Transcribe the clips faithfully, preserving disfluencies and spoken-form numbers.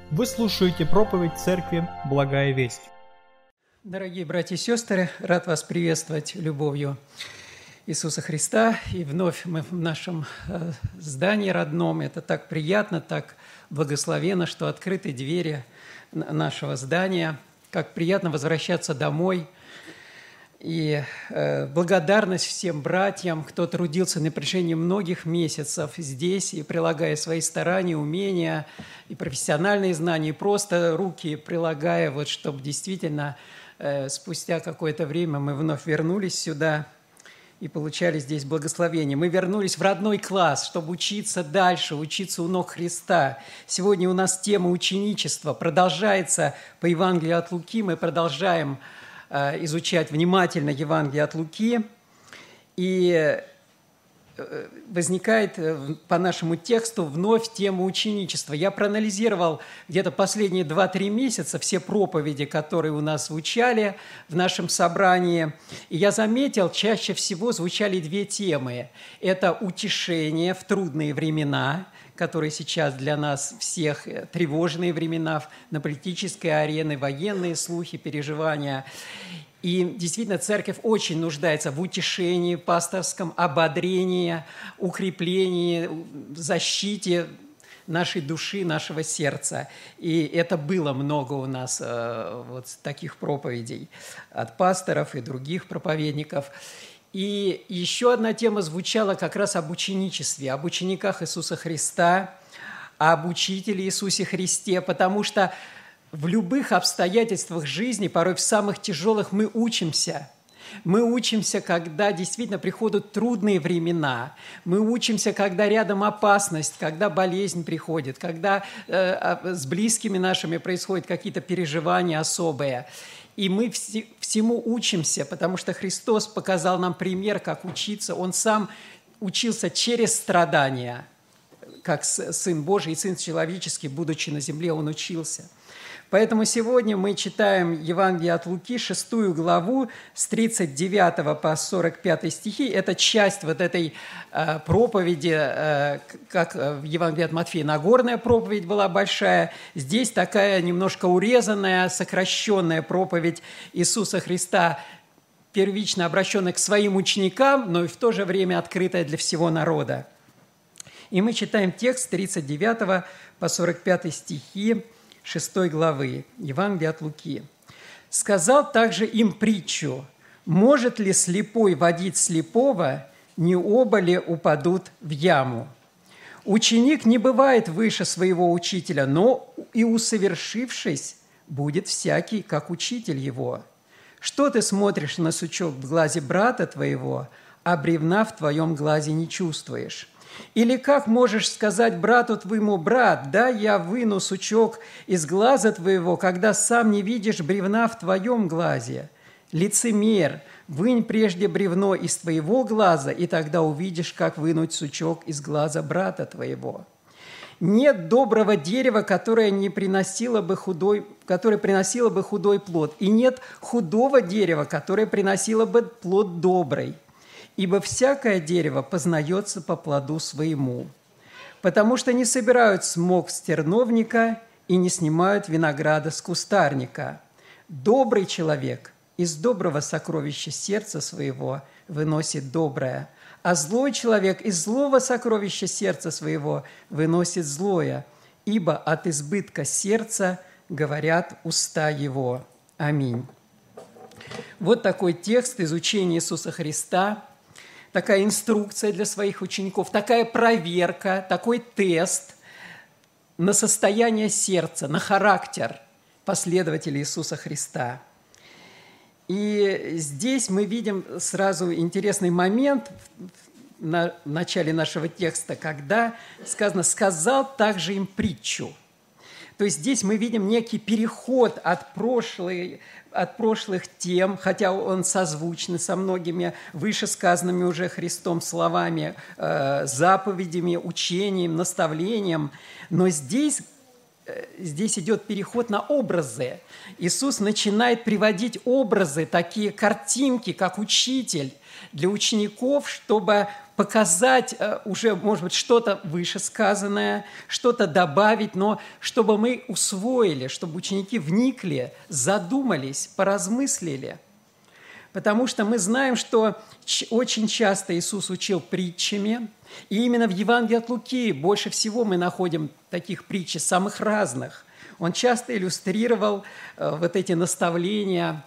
Вы слушаете проповедь Церкви «Благая весть». Дорогие братья и сестры, рад вас приветствовать любовью Иисуса Христа. И вновь мы в нашем здании родном. Это так приятно, так благословенно, что открыты двери нашего здания. Как приятно возвращаться домой. И э, благодарность всем братьям, кто трудился на протяжении многих месяцев здесь, и прилагая свои старания, умения, и профессиональные знания, и просто руки прилагая, вот, чтобы действительно э, спустя какое-то время мы вновь вернулись сюда и получали здесь благословение. Мы вернулись в родной класс, чтобы учиться дальше, учиться у ног Христа. Сегодня у нас тема ученичества продолжается по Евангелию от Луки. Мы продолжаем изучать внимательно Евангелие от Луки, и возникает по нашему тексту вновь тема ученичества. Я проанализировал где-то последние два-три месяца все проповеди, которые у нас звучали в нашем собрании, и я заметил, чаще всего звучали две темы. Это утешение в трудные времена, которые сейчас для нас всех тревожные времена на политической арене, военные слухи, переживания. И действительно, церковь очень нуждается в утешении пасторском, ободрении, укреплении, защите нашей души, нашего сердца. И это было много у нас э, вот таких проповедей от пасторов и других проповедников. И еще одна тема звучала как раз об ученичестве, об учениках Иисуса Христа, об учителе Иисусе Христе, потому что в любых обстоятельствах жизни, порой в самых тяжелых, мы учимся. Мы учимся, когда действительно приходят трудные времена. Мы учимся, когда рядом опасность, когда болезнь приходит, когда э, с близкими нашими происходят какие-то переживания особые. И мы всему учимся, потому что Христос показал нам пример, как учиться. Он сам учился через страдания, как Сын Божий и Сын Человеческий, будучи на земле, Он учился. Поэтому сегодня мы читаем Евангелие от Луки, шестую главу, с тридцать девятого по сорок пятый стихи. Это часть вот этой э, проповеди, э, как в Евангелии от Матфея Нагорная проповедь была большая. Здесь такая немножко урезанная, сокращенная проповедь Иисуса Христа, первично обращенная к своим ученикам, но и в то же время открытая для всего народа. И мы читаем текст с тридцать девятого по сорок пятый стихи шестой главы Евангелия от Луки. «Сказал также им притчу: может ли слепой водить слепого, не оба ли упадут в яму? Ученик не бывает выше своего учителя, но и усовершившись, будет всякий, как учитель его. Что ты смотришь на сучок в глазе брата твоего, а бревна в твоем глазе не чувствуешь? Или как можешь сказать брату твоему: брат, да, я выну сучок из глаза твоего, когда сам не видишь бревна в твоем глазе? Лицемер, вынь прежде бревно из твоего глаза, и тогда увидишь, как вынуть сучок из глаза брата твоего. Нет доброго дерева, которое не приносило бы худой, которое приносило бы худой плод, и нет худого дерева, которое приносило бы плод добрый. Ибо всякое дерево познается по плоду своему, потому что не собирают смок с терновника и не снимают винограда с кустарника. Добрый человек из доброго сокровища сердца своего выносит доброе, а злой человек из злого сокровища сердца своего выносит злое, ибо от избытка сердца говорят уста его». Аминь. Вот такой текст из учения Иисуса Христа. Такая инструкция для своих учеников, такая проверка, такой тест на состояние сердца, на характер последователей Иисуса Христа. И здесь мы видим сразу интересный момент в начале нашего текста, когда сказано «сказал также им притчу». То есть здесь мы видим некий переход от прошлой, от прошлых тем, хотя он созвучный со многими вышесказанными уже Христом словами, э, заповедями, учением, наставлением. Но здесь, э, здесь идет переход на образы. Иисус начинает приводить образы, такие картинки, как учитель, для учеников, чтобы показать уже, может быть, что-то вышесказанное, что-то добавить, но чтобы мы усвоили, чтобы ученики вникли, задумались, поразмыслили. Потому что мы знаем, что очень часто Иисус учил притчами, и именно в Евангелии от Луки больше всего мы находим таких притч, самых разных. Он часто иллюстрировал э, вот эти наставления,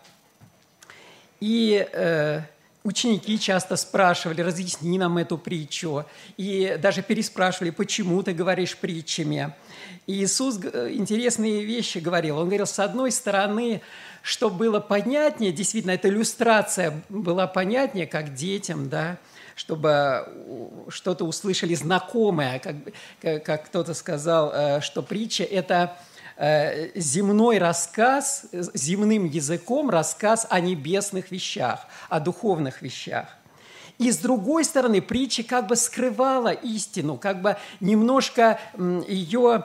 и э, ученики часто спрашивали: разъясни нам эту притчу, и даже переспрашивали: почему ты говоришь притчами. И Иисус интересные вещи говорил. Он говорил, с одной стороны, что было понятнее, действительно, эта иллюстрация была понятнее, как детям, да, чтобы что-то услышали знакомое, как, как кто-то сказал, что притча – это земной рассказ, земным языком рассказ о небесных вещах, о духовных вещах. И с другой стороны, притча как бы скрывала истину, как бы немножко ее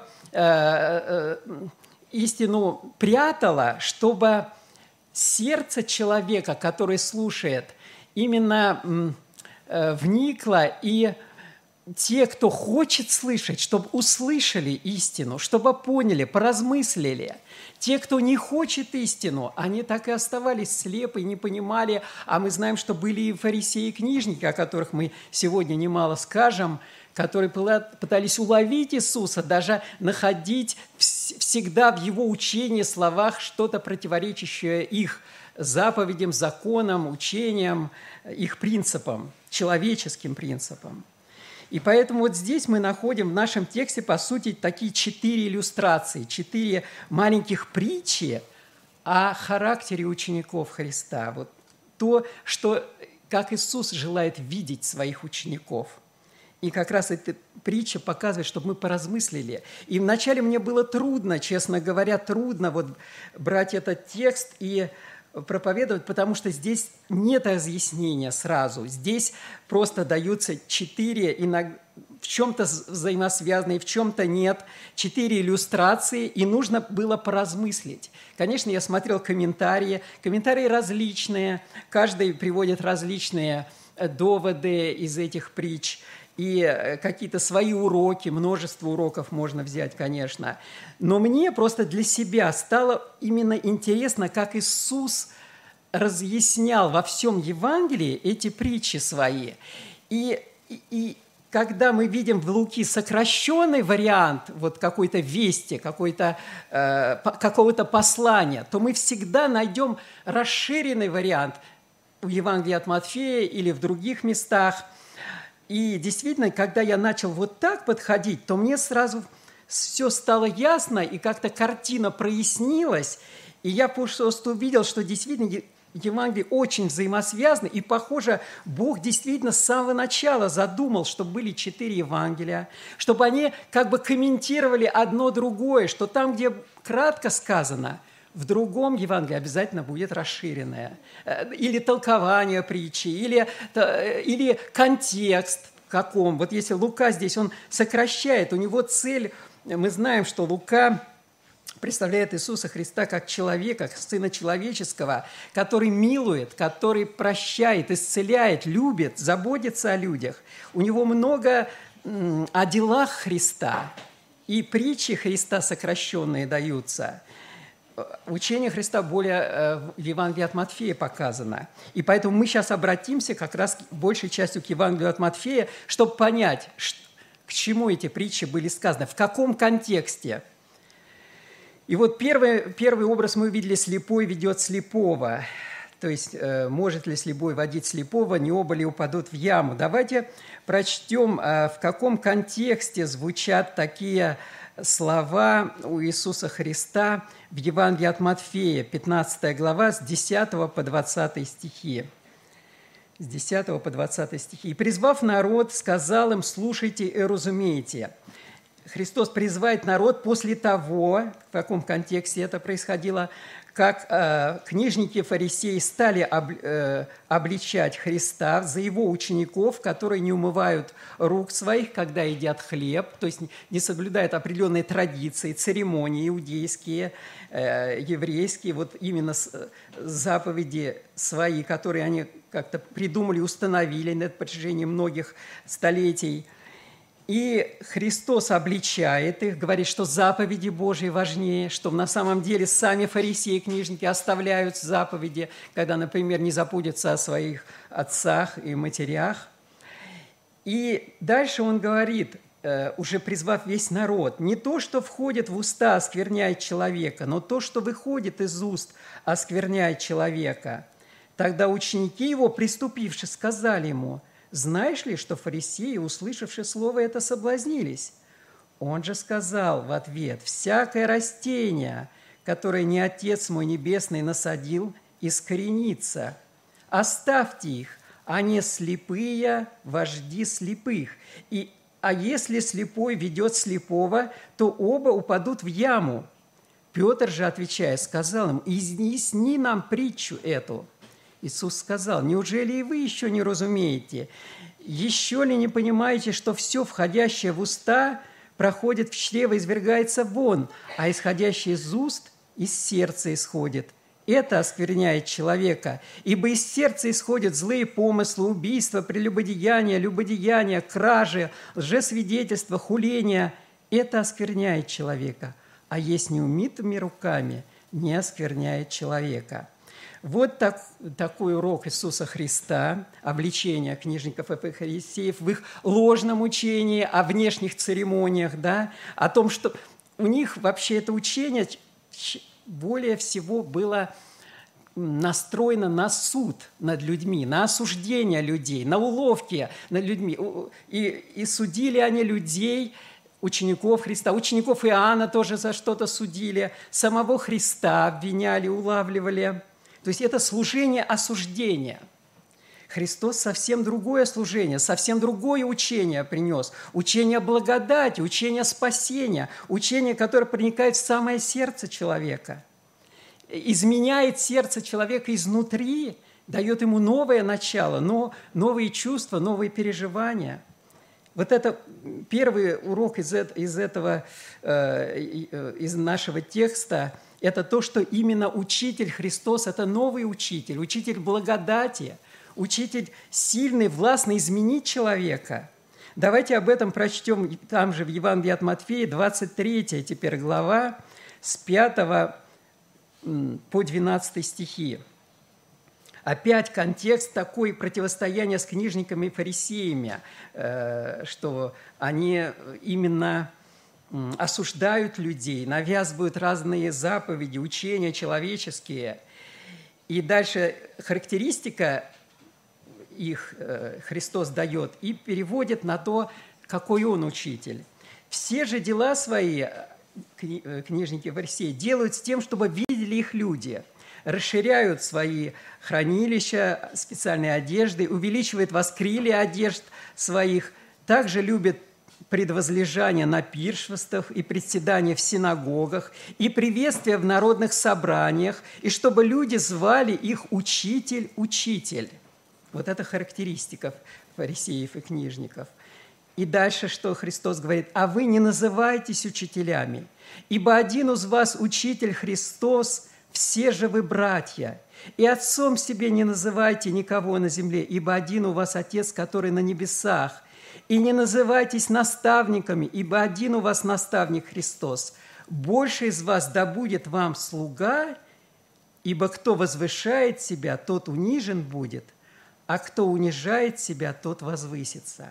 э, э, истину прятала, чтобы сердце человека, который слушает, именно э, вникло, и те, кто хочет слышать, чтобы услышали истину, чтобы поняли, поразмыслили. Те, кто не хочет истину, они так и оставались слепы, не понимали. А мы знаем, что были и фарисеи, и книжники, о которых мы сегодня немало скажем, которые пытались уловить Иисуса, даже находить всегда в Его учении, словах что-то противоречащее их заповедям, законам, учениям, их принципам, человеческим принципам. И поэтому вот здесь мы находим в нашем тексте, по сути, такие четыре иллюстрации, четыре маленьких притчи о характере учеников Христа. Вот то, что, как Иисус желает видеть своих учеников. И как раз эта притча показывает, чтобы мы поразмыслили. И вначале мне было трудно, честно говоря, трудно вот брать этот текст и проповедовать, потому что здесь нет разъяснения сразу. Здесь просто даются четыре, в чем-то взаимосвязанные, в чем-то нет, четыре иллюстрации, и нужно было поразмыслить. Конечно, я смотрел комментарии, комментарии различные, каждый приводит различные доводы из этих притч, и какие-то свои уроки, множество уроков можно взять, конечно. Но мне просто для себя стало именно интересно, как Иисус разъяснял во всем Евангелии эти притчи свои. И, и, и когда мы видим в Луки сокращенный вариант вот какой-то вести, какой-то, э, какого-то послания, то мы всегда найдем расширенный вариант в Евангелии от Матфея или в других местах. И действительно, когда я начал вот так подходить, то мне сразу все стало ясно, и как-то картина прояснилась, и я просто увидел, что действительно Евангелие очень взаимосвязаны, и, похоже, Бог действительно с самого начала задумал, чтобы были четыре Евангелия, чтобы они как бы комментировали одно другое, что там, где кратко сказано, в другом Евангелии обязательно будет расширенное. Или толкование притчи, или, или контекст в каком. Вот если Лука здесь, он сокращает, у него цель, мы знаем, что Лука представляет Иисуса Христа как человека, как Сына Человеческого, который милует, который прощает, исцеляет, любит, заботится о людях. У него много о делах Христа, и притчи Христа сокращенные даются. Учение Христа более в Евангелии от Матфея показано. И поэтому мы сейчас обратимся как раз большей частью к Евангелию от Матфея, чтобы понять, к чему эти притчи были сказаны, в каком контексте. И вот первый, первый образ мы увидели: слепой ведет слепого. То есть, может ли слепой водить слепого, не оба ли упадут в яму. Давайте прочтем, в каком контексте звучат такие слова у Иисуса Христа в Евангелии от Матфея, пятнадцатая глава, с десятого по двадцатый стихи. С десятого по двадцатый стихи. «И, призвав народ, сказал им: слушайте и разумейте. Христос призывает народ после того, в каком контексте это происходило, как э, книжники и фарисеи стали об, э, обличать Христа за его учеников, которые не умывают рук своих, когда едят хлеб, то есть не соблюдают определенные традиции, церемонии иудейские, э, еврейские, вот именно с, заповеди свои, которые они как-то придумали, установили на протяжении многих столетий. И Христос обличает их, говорит, что заповеди Божьи важнее, что на самом деле сами фарисеи и книжники оставляют заповеди, когда, например, не заботятся о своих отцах и матерях. И дальше он говорит, уже призвав весь народ, не то, что входит в уста, оскверняет человека, но то, что выходит из уст, оскверняет человека. Тогда ученики его, приступивши, сказали ему: «Знаешь ли, что фарисеи, услышавши слово это, соблазнились?» Он же сказал в ответ: «Всякое растение, которое не Отец мой Небесный насадил, искоренится. Оставьте их, они слепые, вожди слепых. И, а если слепой ведет слепого, то оба упадут в яму». Петр же, отвечая, сказал им: «Изъясни нам притчу эту». Иисус сказал: «Неужели и вы еще не разумеете? Еще ли не понимаете, что все, входящее в уста, проходит в чрево и извергается вон, а исходящее из уст из сердца исходит? Это оскверняет человека, ибо из сердца исходят злые помыслы, убийства, прелюбодеяния, любодеяния, кражи, лжесвидетельства, хуления. Это оскверняет человека, а есть неумитыми руками, не оскверняет человека». Вот так, такой урок Иисуса Христа, обличение книжников и фарисеев в их ложном учении о внешних церемониях, да, о том, что у них вообще это учение более всего было настроено на суд над людьми, на осуждение людей, на уловки над людьми. И, и судили они людей, учеников Христа, учеников Иоанна тоже за что-то судили, самого Христа обвиняли, улавливали. То есть это служение осуждения. Христос совсем другое служение, совсем другое учение принес. Учение благодати, учение спасения, учение, которое проникает в самое сердце человека, изменяет сердце человека изнутри, дает ему новое начало, но новые чувства, новые переживания. Вот это первый урок из этого, из нашего текста. Это то, что именно учитель Христос – это новый учитель, учитель благодати, учитель сильный, властный изменить человека. Давайте об этом прочтем там же в Евангелии от Матфея, двадцать третья теперь глава, с пятого по двенадцатый стихи. Опять контекст такой противостояния с книжниками и фарисеями, что они именно осуждают людей, навязывают разные заповеди, учения человеческие. И дальше характеристика их Христос дает и переводит на то, какой он учитель. Все же дела свои, книжники и фарисеи, делают с тем, чтобы видели их люди, расширяют свои хранилища специальной одежды, увеличивают воскрилие одежд своих, также любят предвозлежание на пиршествах и председание в синагогах, и приветствия в народных собраниях, и чтобы люди звали их «учитель, учитель». Вот это характеристика фарисеев и книжников. И дальше, что Христос говорит: «А вы не называйтесь учителями, ибо один из вас учитель Христос, все же вы братья. И отцом себе не называйте никого на земле, ибо один у вас Отец, который на небесах. И не называйтесь наставниками, ибо один у вас наставник Христос. Больше из вас да будет вам слуга, ибо кто возвышает себя, тот унижен будет, а кто унижает себя, тот возвысится».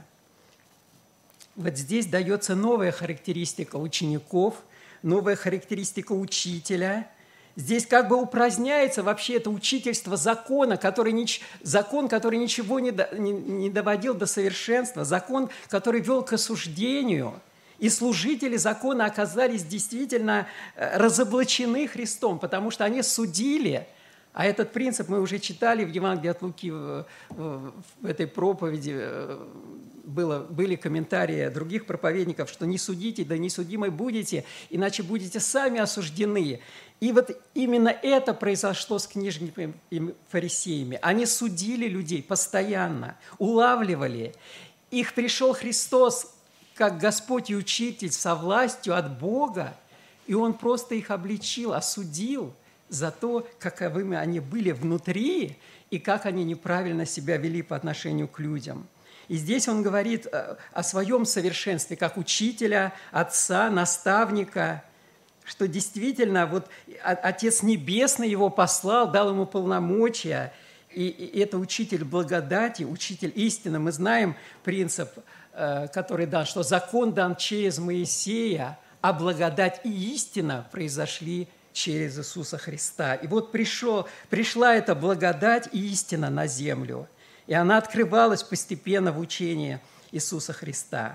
Вот здесь дается новая характеристика учеников, новая характеристика учителя. Здесь как бы упраздняется вообще это учительство закона, который нич... закон, который ничего не, до... не доводил до совершенства, закон, который вел к осуждению. И служители закона оказались действительно разоблачены Христом, потому что они судили. А этот принцип мы уже читали в Евангелии от Луки, в этой проповеди, было, были комментарии других проповедников, что не судите, да не судимы будете, иначе будете сами осуждены. И вот именно это произошло с книжниками и фарисеями. Они судили людей постоянно, улавливали. Их пришел Христос как Господь и Учитель со властью от Бога, и Он просто их обличил, осудил за то, каковыми они были внутри и как они неправильно себя вели по отношению к людям. И здесь Он говорит о своем совершенстве, как учителя, отца, наставника, что действительно вот Отец Небесный его послал, дал ему полномочия, и, и это учитель благодати, учитель истины. Мы знаем принцип, который дан, что закон дан через Моисея, а благодать и истина произошли через Иисуса Христа. И вот пришло, пришла эта благодать и истина на землю, и она открывалась постепенно в учении Иисуса Христа.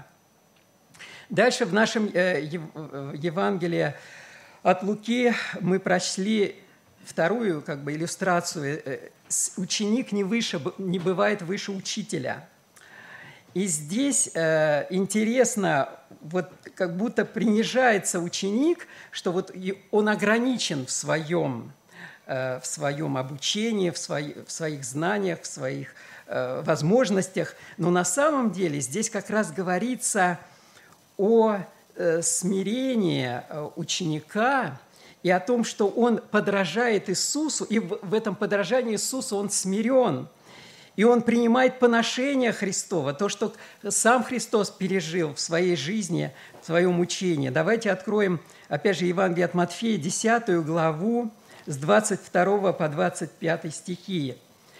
Дальше в нашем Евангелии от Луки мы прочли вторую как бы, иллюстрацию. Ученик не, выше, не бывает выше учителя. И здесь э, интересно, вот как будто принижается ученик, что вот он ограничен в своем, э, в своем обучении, в, свои, в своих знаниях, в своих э, возможностях. Но на самом деле здесь как раз говорится о э, смирении ученика и о том, что он подражает Иисусу, и в, в этом подражании Иисусу он смирен. И он принимает поношение Христова, то, что сам Христос пережил в своей жизни, в своем учении. Давайте откроем, опять же, Евангелие от Матфея, десятую главу, с двадцать второго по двадцать пятый стихи.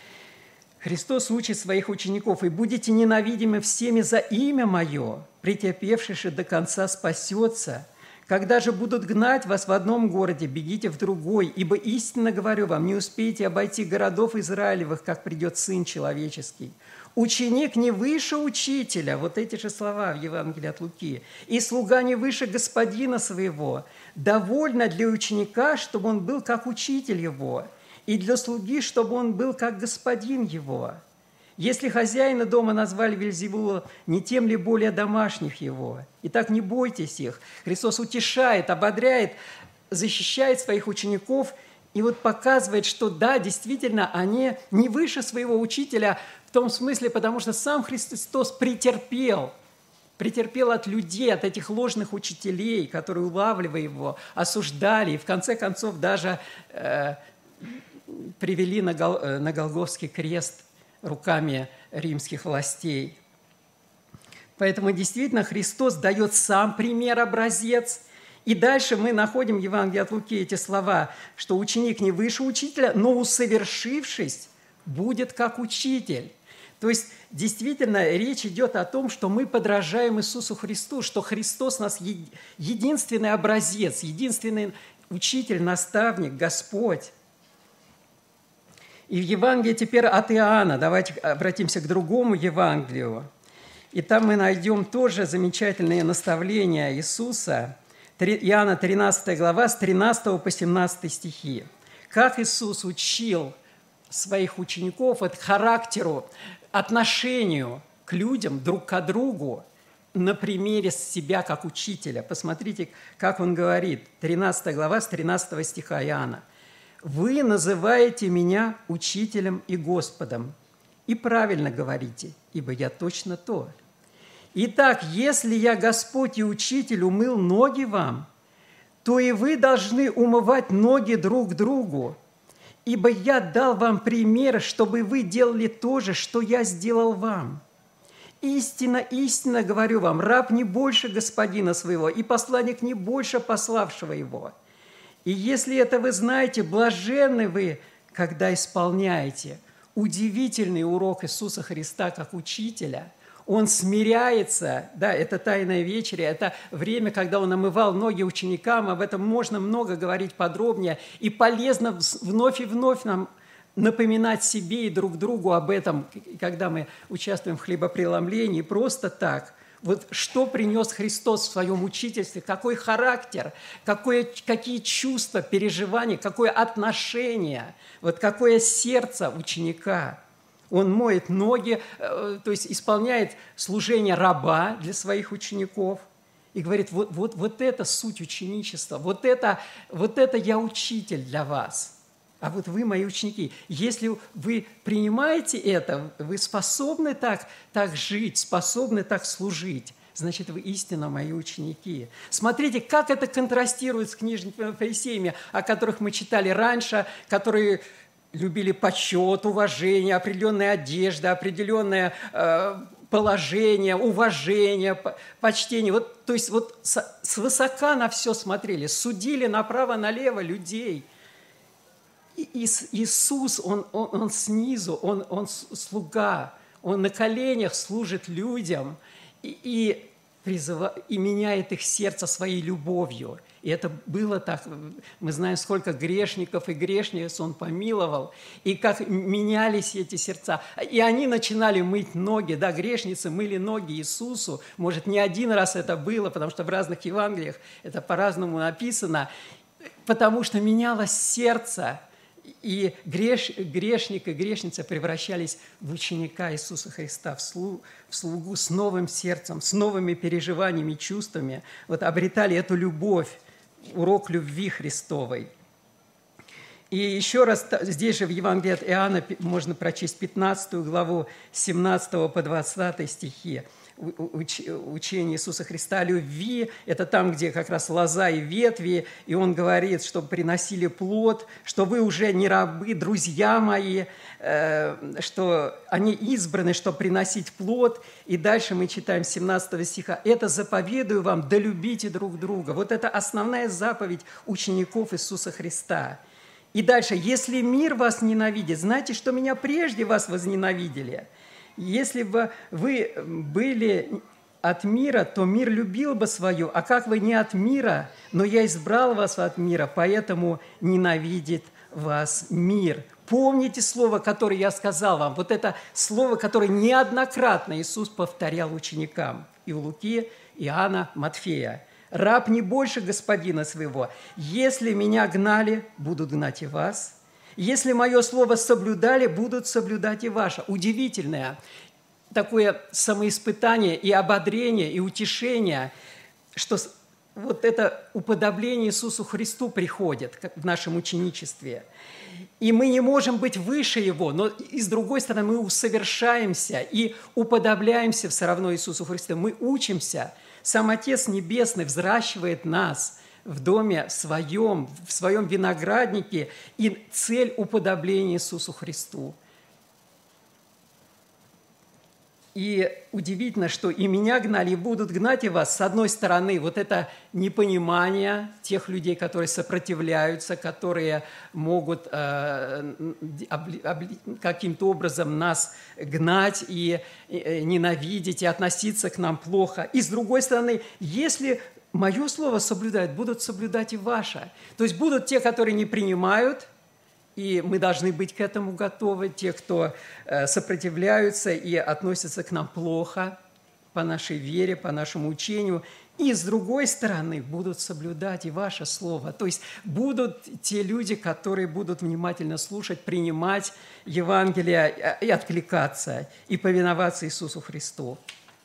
Христос учит своих учеников: «И будете ненавидимы всеми за имя Мое, претерпевший же до конца спасется. Когда же будут гнать вас в одном городе, бегите в другой, ибо истинно говорю вам, не успеете обойти городов Израилевых, как придет Сын Человеческий. Ученик не выше учителя», вот эти же слова в Евангелии от Луки, «и слуга не выше господина своего. Довольно для ученика, чтобы он был как учитель его, и для слуги, чтобы он был как господин его. Если хозяина дома назвали Вельзевула, не тем ли более домашних его? Итак, не бойтесь их». Христос утешает, ободряет, защищает своих учеников и вот показывает, что да, действительно, они не выше своего учителя в том смысле, потому что сам Христос претерпел, претерпел от людей, от этих ложных учителей, которые, улавливая его, осуждали и в конце концов даже э, привели на, Гол, на Голгофский крест руками римских властей. Поэтому действительно Христос дает сам пример, образец. И дальше мы находим в Евангелии от Луки эти слова, что ученик не выше учителя, но усовершившись, будет как учитель. То есть действительно речь идет о том, что мы подражаем Иисусу Христу, что Христос у нас единственный образец, единственный учитель, наставник, Господь. И в Евангелии теперь от Иоанна, давайте обратимся к другому Евангелию. И там мы найдем тоже замечательные наставления Иисуса. Иоанна тринадцатая глава, с тринадцатого по семнадцатый стихи. Как Иисус учил своих учеников от характеру, отношению к людям, друг к другу, на примере себя как учителя. Посмотрите, как он говорит. тринадцатая глава, с тринадцатого стиха Иоанна. «Вы называете меня учителем и Господом, и правильно говорите, ибо я точно то. Итак, если я Господь и Учитель умыл ноги вам, то и вы должны умывать ноги друг другу, ибо я дал вам пример, чтобы вы делали то же, что я сделал вам. Истинно, истинно говорю вам, раб не больше господина своего, и посланник не больше пославшего его. И если это вы знаете, блаженны вы, когда исполняете». Удивительный урок Иисуса Христа как учителя. Он смиряется, да, это Тайная вечеря, это время, когда Он омывал ноги ученикам, об этом можно много говорить подробнее, и полезно вновь и вновь нам напоминать себе и друг другу об этом, когда мы участвуем в хлебопреломлении, просто так. Вот что принес Христос в своем учительстве, какой характер, какое, какие чувства, переживания, какое отношение, вот какое сердце ученика. Он моет ноги, то есть исполняет служение раба для своих учеников. И говорит, вот, вот, вот это суть ученичества, вот это, вот это я учитель для вас, а вот вы мои ученики. Если вы принимаете это, вы способны так, так жить, способны так служить, значит, вы истинно мои ученики. Смотрите, как это контрастирует с книжниками фарисеями, о которых мы читали раньше, которые любили почет, уважение, определенная одежда, определенное э, положение, уважение, почтение. Вот, то есть вот свысока на все смотрели, судили направо-налево людей. И Иисус, он, он, он снизу, он, он слуга, он на коленях служит людям и, и, призыва, и меняет их сердце своей любовью. И это было так. Мы знаем, сколько грешников и грешниц Он помиловал, и как менялись эти сердца. И они начинали мыть ноги, да, грешницы мыли ноги Иисусу. Может, не один раз это было, потому что в разных Евангелиях это по-разному написано, потому что менялось сердце, и греш, грешник и грешница превращались в ученика Иисуса Христа, в слугу, в слугу с новым сердцем, с новыми переживаниями, чувствами. Вот обретали эту любовь, урок любви Христовой. И еще раз, здесь же в Евангелии от Иоанна можно прочесть пятнадцатую главу, с семнадцатого по двадцатый стихи. Учение Иисуса Христа о любви, это там, где как раз лоза и ветви, и Он говорит, чтобы приносили плод, что вы уже не рабы, друзья мои, что они избраны, чтобы приносить плод. И дальше мы читаем с семнадцатого стиха: «Это заповедую вам, да любите друг друга». Вот это основная заповедь учеников Иисуса Христа. И дальше: «Если мир вас ненавидит, знайте, что меня прежде вас возненавидели. Если бы вы были от мира, то мир любил бы свое, а как вы не от мира, но я избрал вас от мира, поэтому ненавидит вас мир». Помните слово, которое я сказал вам, вот это слово, которое неоднократно Иисус повторял ученикам и у Луки, Иоанна, Матфея. «Раб не больше господина своего. Если меня гнали, будут гнать и вас. Если мое слово соблюдали, будут соблюдать и ваше». Удивительное такое самоиспытание и ободрение, и утешение, что вот это уподобление Иисусу Христу приходит в нашем ученичестве. И мы не можем быть выше Его, но и с другой стороны мы усовершаемся и уподобляемся все равно Иисусу Христу. Мы учимся. Сам Отец Небесный взращивает нас в доме своем, в своем винограднике, и цель уподобления Иисусу Христу. И удивительно, что и меня гнали, и будут гнать и вас. С одной стороны, вот это непонимание тех людей, которые сопротивляются, которые могут э, каким-то образом нас гнать и э, ненавидеть, и относиться к нам плохо. И с другой стороны, если мое слово соблюдают, будут соблюдать и ваше. То есть будут те, которые не принимают, и мы должны быть к этому готовы, те, кто сопротивляются и относятся к нам плохо по нашей вере, по нашему учению. И с другой стороны будут соблюдать и ваше слово. То есть будут те люди, которые будут внимательно слушать, принимать Евангелие и откликаться, и повиноваться Иисусу Христу.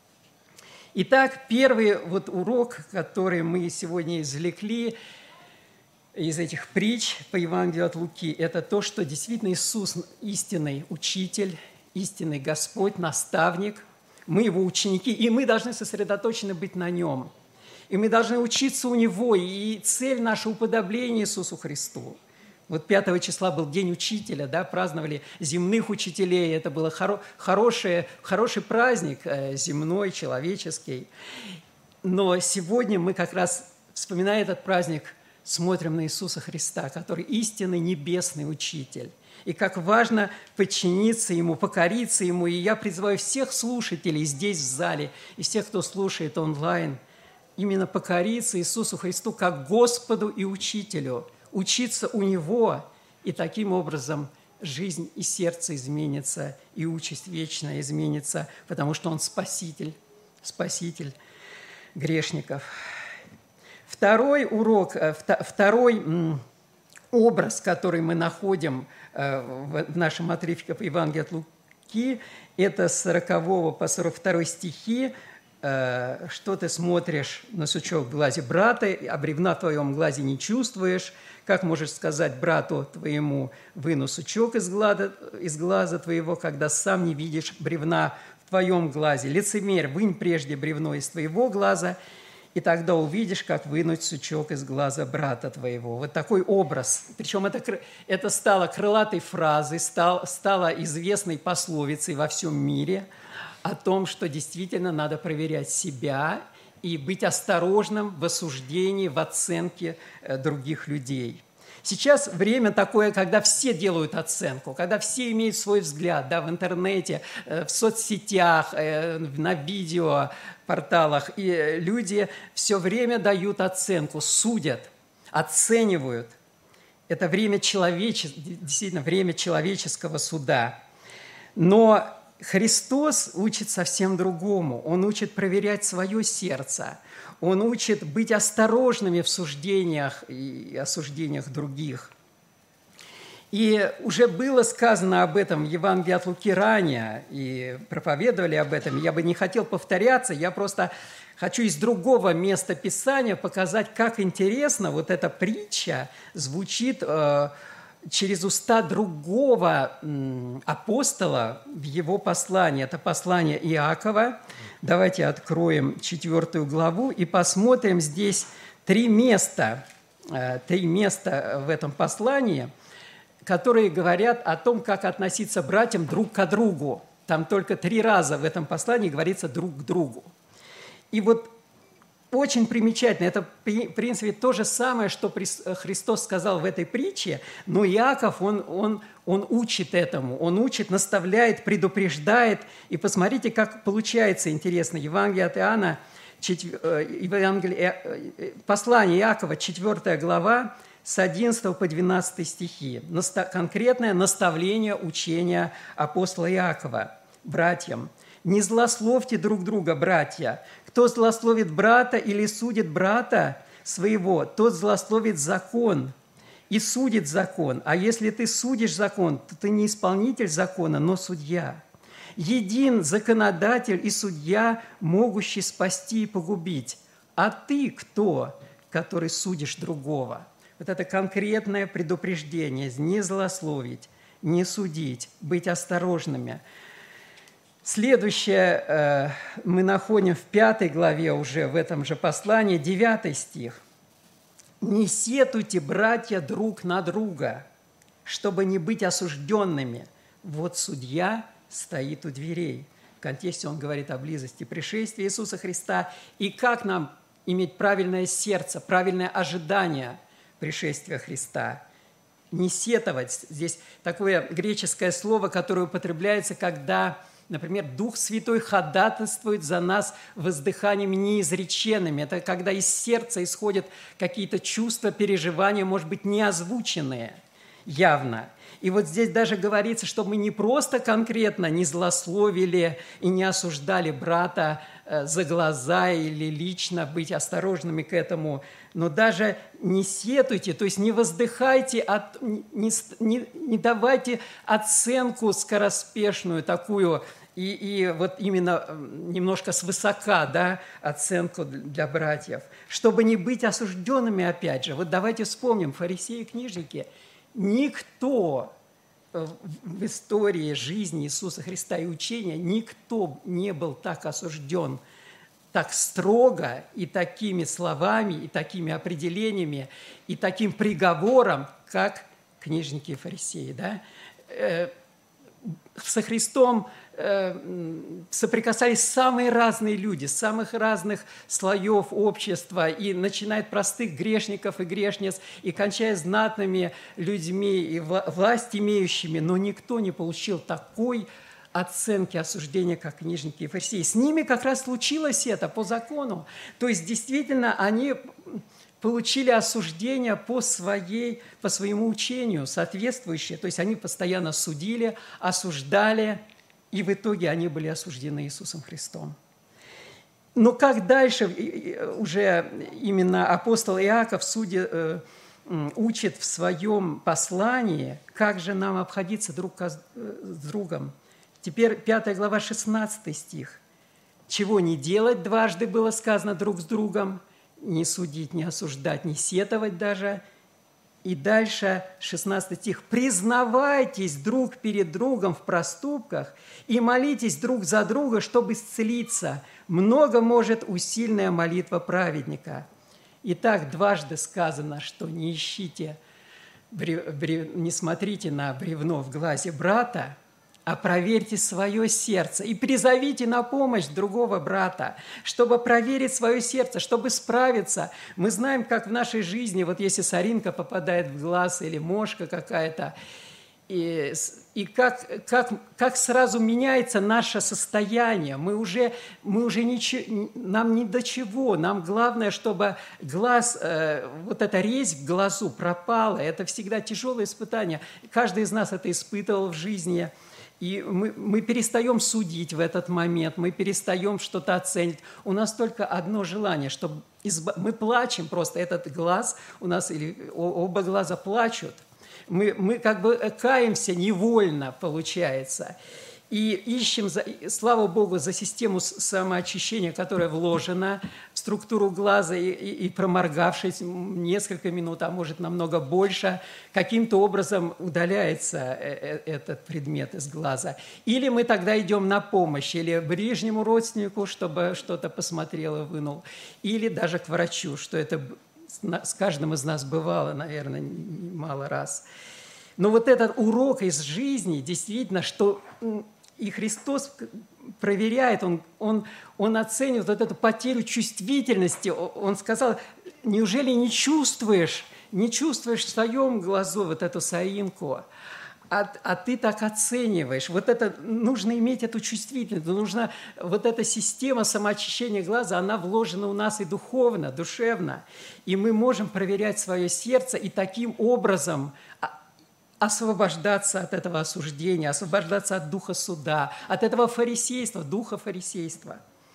Итак, первый вот урок, который мы сегодня извлекли из этих притч по Евангелию от Луки, это то, что действительно Иисус истинный учитель, истинный Господь, наставник. Мы Его ученики, и мы должны сосредоточены быть на Нем. И мы должны учиться у Него, и цель наша – уподобление Иисусу Христу. Вот пятого числа был День Учителя, да, праздновали земных учителей. Это был хоро- хороший, хороший праздник, э, земной, человеческий. Но сегодня мы как раз, вспоминая этот праздник, смотрим на Иисуса Христа, который истинный небесный учитель. И как важно подчиниться Ему, покориться Ему. И я призываю всех слушателей здесь, в зале, и всех, кто слушает онлайн, именно покориться Иисусу Христу как Господу и Учителю, учиться у Него, и таким образом жизнь и сердце изменится, и участь вечная изменится, потому что Он Спаситель, Спаситель грешников. Второй урок, второй образ, который мы находим в нашем отрывке по Евангелию от Луки, Луки, это с сорокового по сорок второй стихи. Что ты смотришь на сучок в глазе брата, а бревна в твоем глазе не чувствуешь? Как можешь сказать брату твоему: выну сучок из глаза, из глаза твоего, когда сам не видишь бревна в твоем глазе? Лицемер, вынь прежде бревно из твоего глаза, и тогда увидишь, как вынуть сучок из глаза брата твоего. Вот такой образ. Причем это, это стало крылатой фразой, стало, стало известной пословицей во всем мире о том, что действительно надо проверять себя и быть осторожным в осуждении, в оценке других людей. Сейчас время такое, когда все делают оценку, когда все имеют свой взгляд, да, в интернете, в соцсетях, на видеопорталах, и люди все время дают оценку, судят, оценивают. Это время человече... действительно время человеческого суда. Но Христос учит совсем другому. Он учит проверять свое сердце. Он учит быть осторожными в суждениях и осуждениях других. И уже было сказано об этом в Евангелии от Луки ранее, и проповедовали об этом. Я бы не хотел повторяться, я просто хочу из другого места Писания показать, как интересно вот эта притча звучит э, через уста другого апостола в его послании. Это послание Иакова. Давайте откроем четвертую главу и посмотрим здесь три места, три места в этом послании, которые говорят о том, как относиться братьям друг к другу. Там только три раза в этом послании говорится «друг к другу». И вот очень примечательно. Это, в принципе, то же самое, что Христос сказал в этой притче, но Иаков, он, он, он учит этому, он учит, наставляет, предупреждает. И посмотрите, как получается интересно. Евангелие от Иоанна, Евангелие, послание Иакова, четвёртая глава, с одиннадцатого по двенадцатый стихи. Конкретное наставление, учения апостола Иакова братьям. «Не злословьте друг друга, братья. Кто злословит брата или судит брата своего, тот злословит закон и судит закон. А если ты судишь закон, то ты не исполнитель закона, но судья. Един законодатель и судья, могущий спасти и погубить. А ты кто, который судишь другого?» Вот это конкретное предупреждение – не злословить, не судить, быть осторожными. Следующее э, мы находим в пятой главе уже в этом же послании, девятый стих. «Не сетуйте, братья, друг на друга, чтобы не быть осужденными. Вот судья стоит у дверей». В контексте он говорит о близости пришествия Иисуса Христа и как нам иметь правильное сердце, правильное ожидание пришествия Христа. Не сетовать. Здесь такое греческое слово, которое употребляется, когда, например, Дух Святой ходатайствует за нас воздыханиями неизреченными. Это когда из сердца исходят какие-то чувства, переживания, может быть, неозвученные явно. И вот здесь даже говорится, что мы не просто конкретно не злословили и не осуждали брата за глаза или лично, быть осторожными к этому, но даже не сетуйте, то есть не воздыхайте, от, не, не, не давайте оценку скороспешную такую, и, и вот именно немножко свысока, да, оценку для братьев, чтобы не быть осужденными опять же. Вот давайте вспомним, фарисеи и книжники, никто в истории жизни Иисуса Христа и учения, никто не был так осужден, так строго и такими словами, и такими определениями, и таким приговором, как книжники и фарисеи. Да? Со Христом соприкасались самые разные люди, с самых разных слоев общества, и начиная от простых грешников и грешниц, и кончая знатными людьми и власть имеющими, но никто не получил такой оценки, осуждения, как книжники и фарисеи. С ними как раз случилось это по закону. То есть, действительно, они получили осуждение по, своей, по своему учению, соответствующее. То есть, они постоянно судили, осуждали, и в итоге они были осуждены Иисусом Христом. Но как дальше уже именно апостол Иаков судя, учит в своем послании, как же нам обходиться друг с другом, Теперь пятая глава, шестнадцатый стих. «Чего не делать дважды было сказано друг с другом, не судить, не осуждать, не сетовать даже». И дальше шестнадцатый стих. «Признавайтесь друг перед другом в проступках и молитесь друг за друга, чтобы исцелиться. Много может усильная молитва праведника». Итак, дважды сказано, что не ищите, не смотрите на бревно в глазе брата, а проверьте свое сердце и призовите на помощь другого брата, чтобы проверить свое сердце, чтобы справиться. Мы знаем, как в нашей жизни, вот если соринка попадает в глаз или мошка какая-то, и, и как, как, как сразу меняется наше состояние. Мы уже, мы уже ничего, нам ни до чего. Нам главное, чтобы глаз, э, вот эта резь в глазу пропала. Это всегда тяжелое испытание. Каждый из нас это испытывал в жизни. И мы, мы перестаем судить в этот момент, мы перестаем что-то оценить. У нас только одно желание, чтобы изба... мы плачем просто, этот глаз у нас, или оба глаза плачут. Мы, мы как бы каемся невольно, получается. И ищем, за, слава Богу, за систему самоочищения, которая вложена в структуру глаза, и, и, и проморгавшись несколько минут, а может намного больше, каким-то образом удаляется этот предмет из глаза. Или мы тогда идем на помощь, или ближнему родственнику, чтобы что-то посмотрел и вынул, или даже к врачу, что это с каждым из нас бывало, наверное, немало раз. Но вот этот урок из жизни, действительно, что... И Христос проверяет, он, он, он оценивает вот эту потерю чувствительности. Он сказал, неужели не чувствуешь, не чувствуешь в своем глазу вот эту соринку, а, а ты так оцениваешь. Вот это, нужно иметь эту чувствительность, нужна вот эта система самоочищения глаза, она вложена у нас и духовно, душевно. И мы можем проверять свое сердце и таким образом освобождаться от этого осуждения, освобождаться от духа суда, от этого фарисейства, духа фарисейства.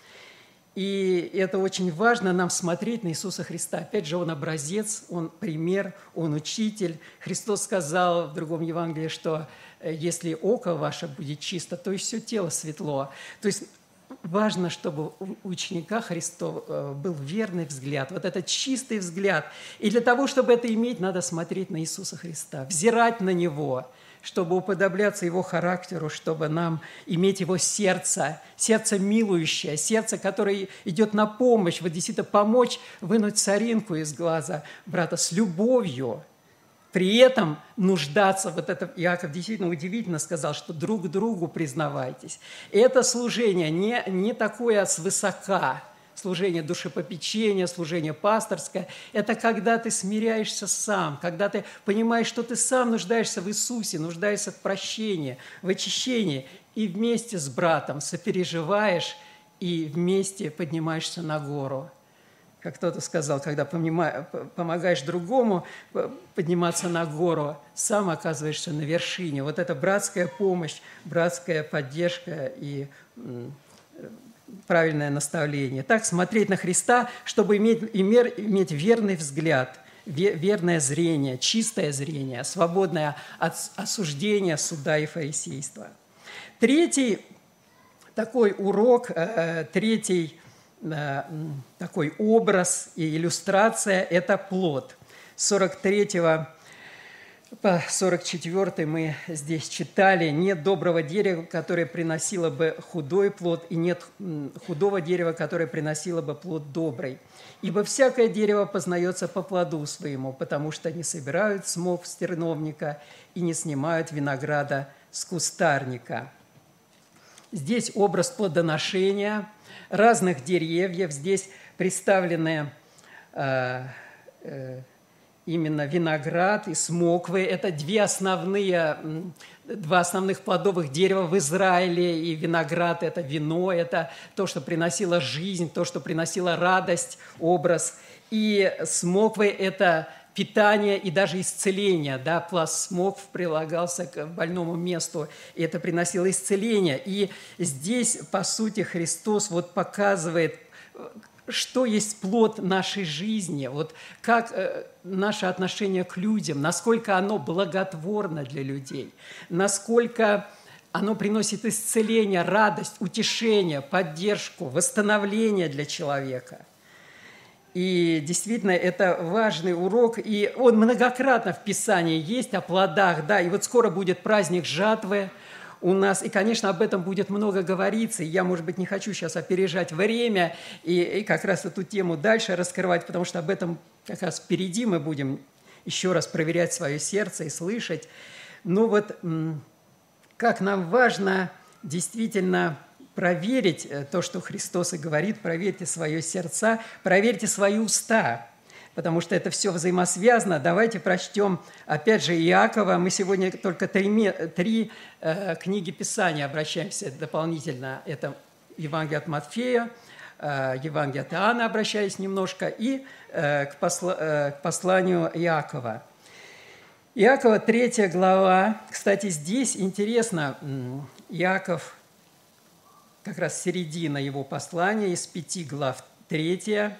И это очень важно нам смотреть на Иисуса Христа. Опять же, Он образец, Он пример, Он учитель. Христос сказал в другом Евангелии, что если око ваше будет чисто, то и все тело светло. То есть важно, чтобы у ученика Христова был верный взгляд, вот этот чистый взгляд. И для того, чтобы это иметь, надо смотреть на Иисуса Христа, взирать на Него, чтобы уподобляться Его характеру, чтобы нам иметь Его сердце, сердце милующее, сердце, которое идет на помощь, вот действительно помочь вынуть соринку из глаза брата с любовью. При этом нуждаться, вот это Иаков действительно удивительно сказал, что друг другу признавайтесь. Это служение не, не такое свысока, служение душепопечения, служение пасторское. Это когда ты смиряешься сам, когда ты понимаешь, что ты сам нуждаешься в Иисусе, нуждаешься в прощении, в очищении, и вместе с братом сопереживаешь и вместе поднимаешься на гору. Как кто-то сказал, когда помогаешь другому подниматься на гору, сам оказываешься на вершине. Вот это братская помощь, братская поддержка и правильное наставление. Так смотреть на Христа, чтобы иметь, иметь верный взгляд, верное зрение, чистое зрение, свободное от осуждения, суда и фарисейства. Третий такой урок, третий такой образ и иллюстрация – это плод. С сорок третьего по сорок четвёртый мы здесь читали: «Нет доброго дерева, которое приносило бы худой плод, и нет худого дерева, которое приносило бы плод добрый. Ибо всякое дерево познается по плоду своему, потому что не собирают смок с терновника и не снимают винограда с кустарника». Здесь образ плодоношения разных деревьев. Здесь представлены э, э, именно виноград и смоквы. Это две основные, два основных плодовых дерева в Израиле. И виноград – это вино, это то, что приносило жизнь, то, что приносило радость, образ. И смоквы – это питание и даже исцеление. Да? Пласт смокв прилагался к больному месту, и это приносило исцеление. И здесь, по сути, Христос вот показывает, что есть плод нашей жизни, вот как э, наше отношение к людям, насколько оно благотворно для людей, насколько Оно приносит исцеление, радость, утешение, поддержку, восстановление для человека. И действительно, это важный урок, и он многократно в Писании есть, о плодах, да, и вот скоро будет праздник жатвы у нас, и, конечно, об этом будет много говориться, и я, может быть, не хочу сейчас опережать время и, и как раз эту тему дальше раскрывать, потому что об этом как раз впереди мы будем еще раз проверять свое сердце и слышать. Но вот как нам важно действительно проверить то, что Христос и говорит, проверьте свое сердце, проверьте свои уста, потому что это все взаимосвязано. Давайте прочтем, опять же, Иакова. Мы сегодня только три, три э, книги Писания обращаемся дополнительно. Это Евангелие от Матфея, э, Евангелие от Иоанна, обращаясь немножко, и э, к, посла, э, к посланию Иакова. Иакова, третья глава. Кстати, здесь интересно, Иаков, как раз середина его послания, из пяти глав третья.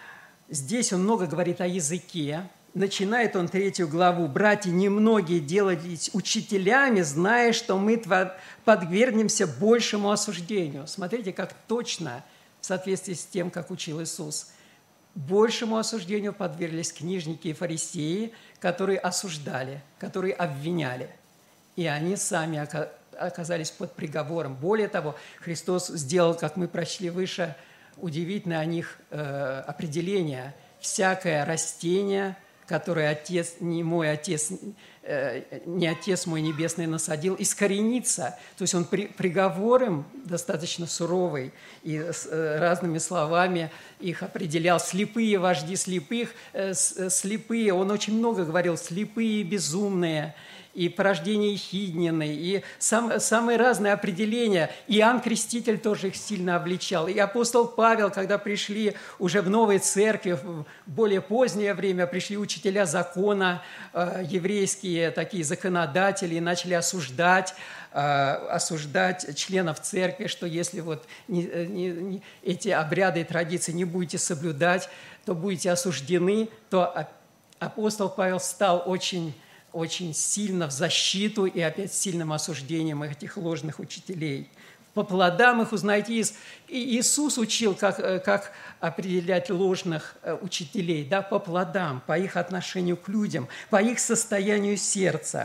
Здесь он много говорит о языке. Начинает он третью главу. «Братья, немногие делались учителями, зная, что мы подвергнемся большему осуждению». Смотрите, как точно, в соответствии с тем, как учил Иисус. Большему осуждению подверглись книжники и фарисеи, которые осуждали, которые обвиняли. И они сами оказались под приговором. Более того, Христос сделал, как мы прочли выше, удивительное о них э, определение. Всякое растение, которое отец, не мой отец, э, не отец мой небесный насадил, искоренится. То есть он при, приговор им достаточно суровый, и с э, разными словами их определял. Слепые вожди слепых, э, с, слепые, он очень много говорил, слепые, безумные, и порождение Ехиднины, и сам, самые разные определения. Иоанн Креститель тоже их сильно обличал. И апостол Павел, когда пришли уже в новой церкви, в более позднее время, пришли учителя закона, э, еврейские такие законодатели, и начали осуждать, э, осуждать членов церкви, что если вот не, не, не, эти обряды и традиции не будете соблюдать, то будете осуждены, то апостол Павел стал очень... очень сильно в защиту и опять сильным осуждением этих ложных учителей. По плодам их узнаете. И Иисус учил, как, как определять ложных учителей, да, по плодам, по их отношению к людям, по их состоянию сердца.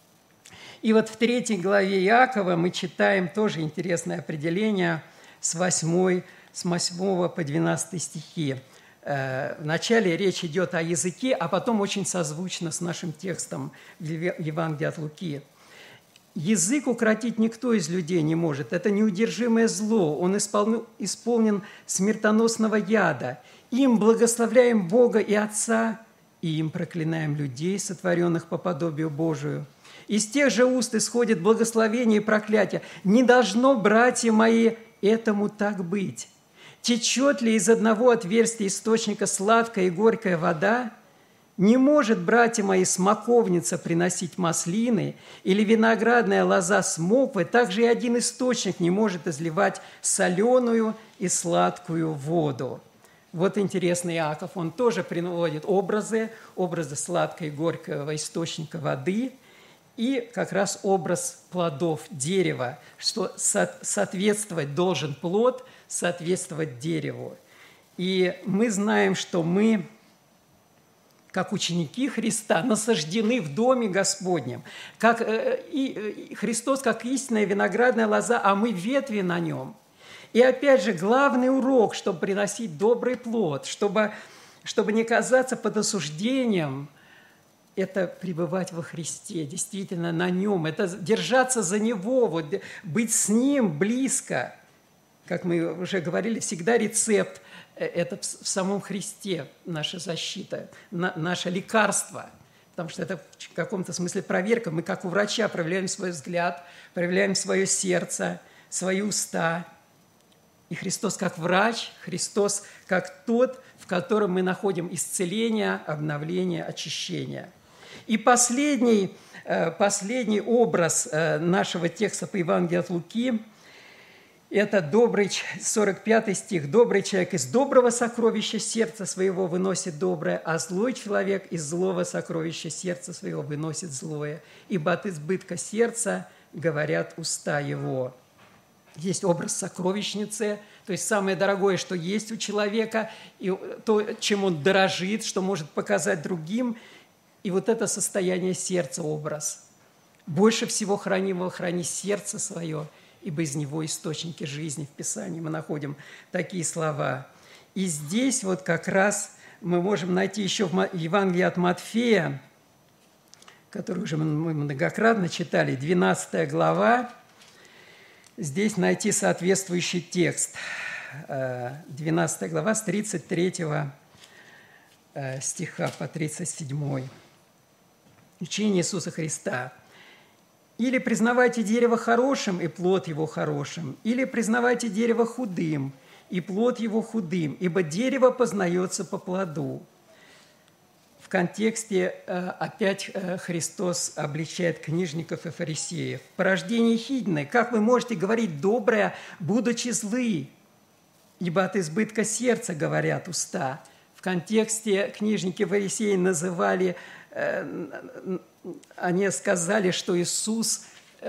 И вот в третьей главе Иакова мы читаем тоже интересное определение с восьмой, с восьмого по двенадцатый стихи. Вначале речь идет о языке, а потом очень созвучно с нашим текстом в Евангелии от Луки. «Язык укротить никто из людей не может. Это неудержимое зло. Он исполнен смертоносного яда. Им благословляем Бога и Отца, и им проклинаем людей, сотворенных по подобию Божию. Из тех же уст исходит благословение и проклятие. Не должно, братья мои, этому так быть. Течет ли из одного отверстия источника сладкая и горькая вода? Не может, братья мои, смоковница приносить маслины или виноградная лоза смоквы, также и один источник не может изливать соленую и сладкую воду». Вот интересный Иаков, он тоже приводит образы, образы сладкого и горького источника воды и как раз образ плодов дерева, что соответствовать должен плод, соответствовать дереву. И мы знаем, что мы, как ученики Христа, насаждены в Доме Господнем. Как, и Христос как истинная виноградная лоза, а мы ветви на нем. И опять же, главный урок, чтобы приносить добрый плод, чтобы, чтобы не казаться под осуждением, это пребывать во Христе, действительно на Нем, это держаться за Него, вот, быть с Ним близко. Как мы уже говорили, всегда рецепт – это в самом Христе наша защита, наше лекарство. Потому что это в каком-то смысле проверка. Мы, как у врача, проявляем свой взгляд, проявляем свое сердце, свои уста. И Христос как врач, Христос как тот, в котором мы находим исцеление, обновление, очищение. И последний, последний образ нашего текста по Евангелию от Луки – это добрый, сорок пятый стих. «Добрый человек из доброго сокровища сердца своего выносит доброе, а злой человек из злого сокровища сердца своего выносит злое. Ибо от избытка сердца говорят уста его. Есть образ сокровищницы, то есть самое дорогое, что есть у человека, и то, чем он дорожит, что может показать другим. И вот это состояние сердца, образ. Больше всего хранимого храни сердце свое, ибо из него источники жизни. В Писании мы находим такие слова. И здесь вот как раз мы можем найти еще в Евангелии от Матфея, который уже мы многократно читали, двенадцатая глава, здесь найти соответствующий текст. двенадцатая глава с тридцать третьего стиха по тридцать седьмой. Учение Иисуса Христа. «Или признавайте дерево хорошим, и плод его хорошим, или признавайте дерево худым, и плод его худым, ибо дерево познается по плоду». В контексте опять Христос обличает книжников и фарисеев. «Порождение хидное, как вы можете говорить доброе, будучи злы? Ибо от избытка сердца говорят уста». В контексте книжники и фарисеи называли, они сказали, что Иисус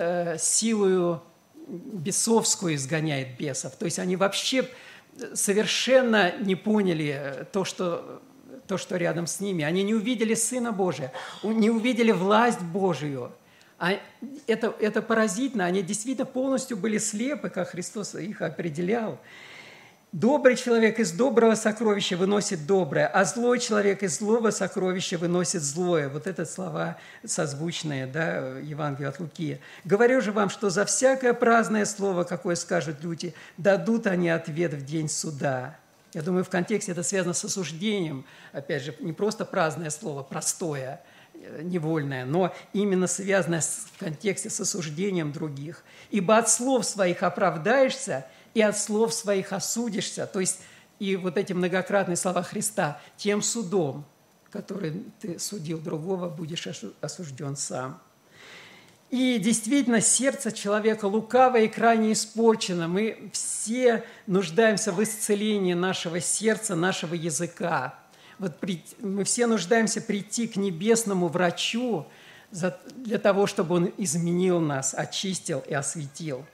силою бесовскую изгоняет бесов. То есть они вообще совершенно не поняли то, что... то, что рядом с ними. Они не увидели Сына Божия, не увидели власть Божию. А это, это поразительно. Они действительно полностью были слепы, как Христос их определял. Добрый человек из доброго сокровища выносит доброе, а злой человек из злого сокровища выносит злое. Вот это слова созвучные, да, Евангелию от Луки. «Говорю же вам, что за всякое праздное слово, какое скажут люди, дадут они ответ в день суда». Я думаю, в контексте это связано с осуждением. Опять же, не просто праздное слово, простое, невольное, но именно связанное в контексте с осуждением других. «Ибо от слов своих оправдаешься, и от слов своих осудишься». То есть и вот эти многократные слова Христа: «Тем судом, который ты судил другого, будешь осужден сам». И действительно, сердце человека лукавое и крайне испорчено. Мы все нуждаемся в исцелении нашего сердца, нашего языка. Вот мы все нуждаемся прийти к небесному врачу для того, чтобы он изменил нас, очистил и осветил.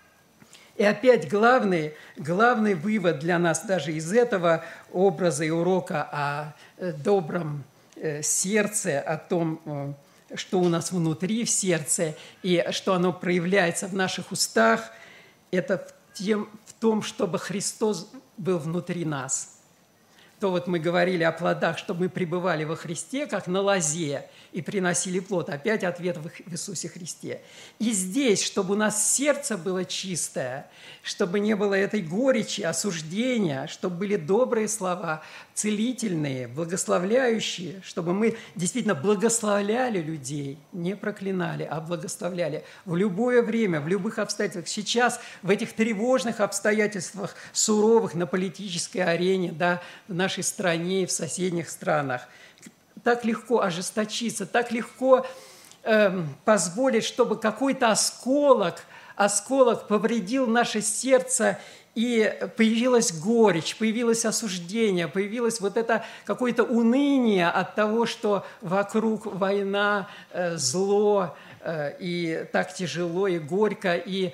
И опять главный, главный вывод для нас даже из этого образа и урока о добром сердце, о том, что у нас внутри в сердце и что оно проявляется в наших устах, это в, тем, в том, чтобы Христос был внутри нас. То вот мы говорили о плодах, чтобы мы пребывали во Христе, как на лозе, и приносили плод. Опять ответ в Иисусе Христе. И здесь, чтобы у нас сердце было чистое, чтобы не было этой горечи, осуждения, чтобы были добрые слова, целительные, благословляющие, чтобы мы действительно благословляли людей, не проклинали, а благословляли в любое время, в любых обстоятельствах. Сейчас, в этих тревожных обстоятельствах, суровых на политической арене, да, в нашей стране и в соседних странах, так легко ожесточиться, так легко э, позволить, чтобы какой-то осколок, осколок повредил наше сердце, и появилась горечь, появилось осуждение, появилось вот это какое-то уныние от того, что вокруг война, э, зло, э, и так тяжело, и горько, и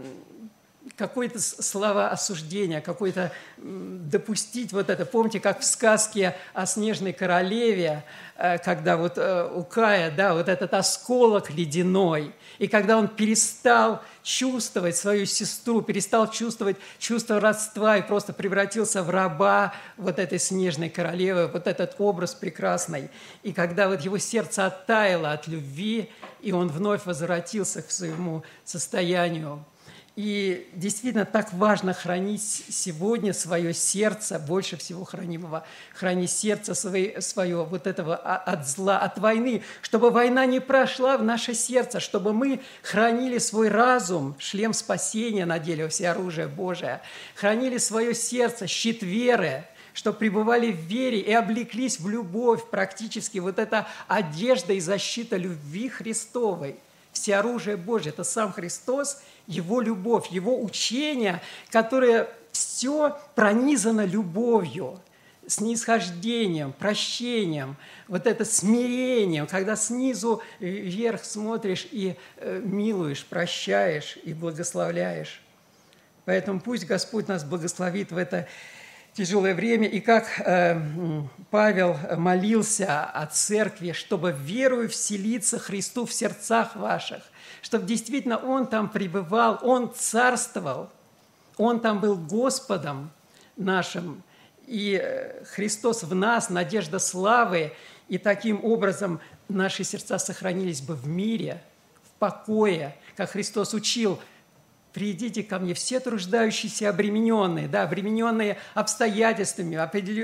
какое-то слова осуждения, какое-то допустить вот это. Помните, как в сказке о Снежной королеве, когда вот у Кая, да, вот этот осколок ледяной, и когда он перестал чувствовать свою сестру, перестал чувствовать чувство родства и просто превратился в раба вот этой Снежной королевы, вот этот образ прекрасный. И когда вот его сердце оттаяло от любви, и он вновь возвратился к своему состоянию. И действительно так важно хранить сегодня свое сердце, больше всего хранимого, хранить сердце свое, свое вот этого от зла, от войны, чтобы война не прошла в наше сердце, чтобы мы хранили свой разум, шлем спасения надели, всеоружие Божие, хранили свое сердце, щит веры, чтобы пребывали в вере и облеклись в любовь практически, вот эта одежда и защита любви Христовой. Всеоружие Божие – это сам Христос, Его любовь, Его учение, которое все пронизано любовью. снисхождением, прощением, вот это смирением, когда снизу вверх смотришь и милуешь, прощаешь и благословляешь. Поэтому пусть Господь нас благословит в это тяжелое время. И как э, Павел молился о церкви, чтобы верою вселиться Христу в сердцах ваших, чтобы действительно Он там пребывал, Он царствовал, Он там был Господом нашим, и Христос в нас, надежда славы, и таким образом наши сердца сохранились бы в мире, в покое, как Христос учил: «Придите ко мне все труждающиеся и обремененные», да, обремененные обстоятельствами,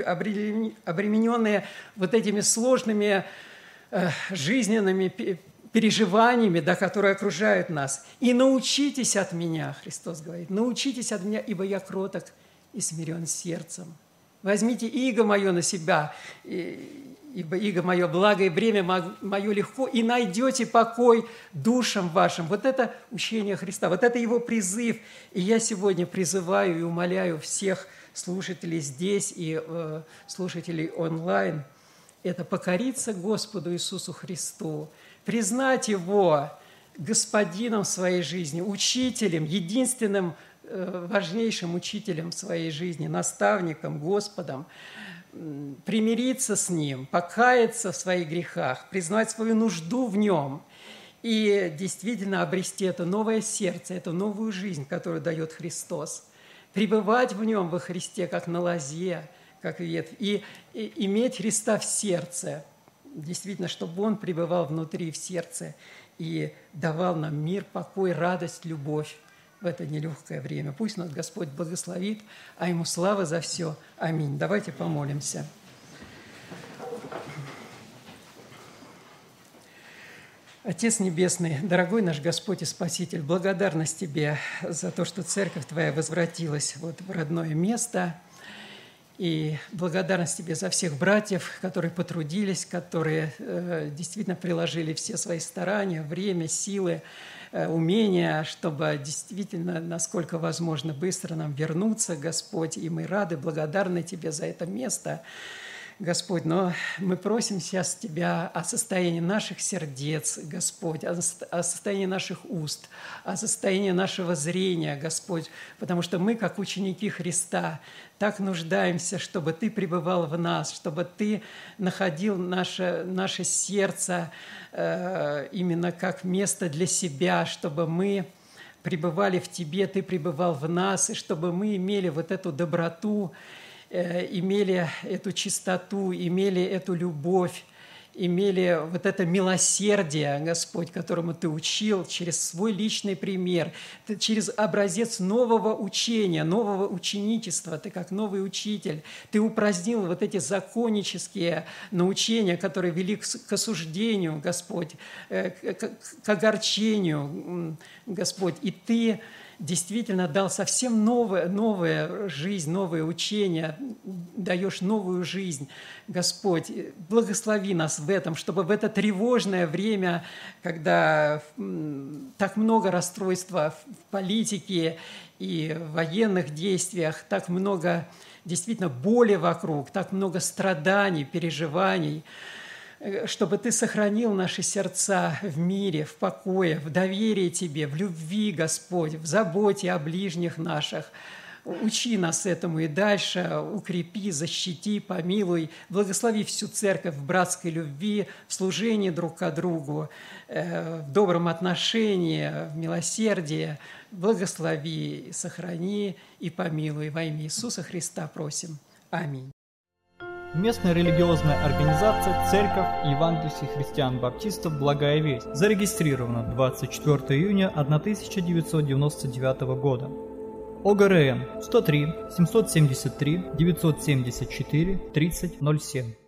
обремененные вот этими сложными э, жизненными переживаниями, да, которые окружают нас. «И научитесь от меня», Христос говорит, «научитесь от меня, ибо я кроток и смирен сердцем. Возьмите иго мое на себя, ибо иго мое благо, и бремя мое легко, и найдете покой душам вашим». Вот это учение Христа, вот это Его призыв. И я сегодня призываю и умоляю всех слушателей здесь и э, слушателей онлайн это покориться Господу Иисусу Христу, признать Его Господином в своей жизни, учителем, единственным важнейшим учителем в своей жизни, наставником, Господом, примириться с Ним, покаяться в своих грехах, признать свою нужду в Нем и действительно обрести это новое сердце, эту новую жизнь, которую дает Христос, пребывать в Нем, во Христе, как на лозе, как ветвь, и, и иметь Христа в сердце, действительно, чтобы Он пребывал внутри, в сердце, и давал нам мир, покой, радость, любовь в это нелегкое время. Пусть нас Господь благословит, а Ему слава за все. Аминь. Давайте помолимся. Отец Небесный, дорогой наш Господь и Спаситель, благодарность Тебе за то, что Церковь Твоя возвратилась вот в родное место. И благодарность Тебе за всех братьев, которые потрудились, которые э, действительно приложили все свои старания, время, силы, э, умения, чтобы действительно, насколько возможно, быстро нам вернуться, Господь. И мы рады, благодарны Тебе за это место, Господь. Но мы просим сейчас Тебя о состоянии наших сердец, Господь, о состоянии наших уст, о состоянии нашего зрения, Господь, потому что мы, как ученики Христа, так нуждаемся, чтобы Ты пребывал в нас, чтобы Ты находил наше, наше сердце э, именно как место для себя, чтобы мы пребывали в Тебе, Ты пребывал в нас, и чтобы мы имели вот эту доброту, э, имели эту чистоту, имели эту любовь, имели вот это милосердие, Господь, которому Ты учил через свой личный пример, Ты через образец нового учения, нового ученичества, Ты как новый учитель, Ты упразднил вот эти законнические научения, которые вели к осуждению, Господь, к огорчению, Господь, и Ты действительно дал совсем новое, новая жизнь, новое учение, даешь новую жизнь. Господь, благослови нас в этом, чтобы в это тревожное время, когда так много расстройства в политике и в военных действиях, так много действительно боли вокруг, так много страданий, переживаний, чтобы Ты сохранил наши сердца в мире, в покое, в доверии Тебе, в любви, Господь, в заботе о ближних наших. Учи нас этому и дальше, укрепи, защити, помилуй, благослови всю церковь в братской любви, в служении друг к другу, в добром отношении, в милосердии. Благослови, сохрани и помилуй. Во имя Иисуса Христа просим. Аминь. Местная религиозная организация «Церковь евангельских христиан-баптистов Благая Весть» зарегистрирована двадцать четвёртого июня тысяча девятьсот девяносто девятого года. О Г Р Н сто три семьсот семьдесят три девятьсот семьдесят четыре тридцать ноль семь.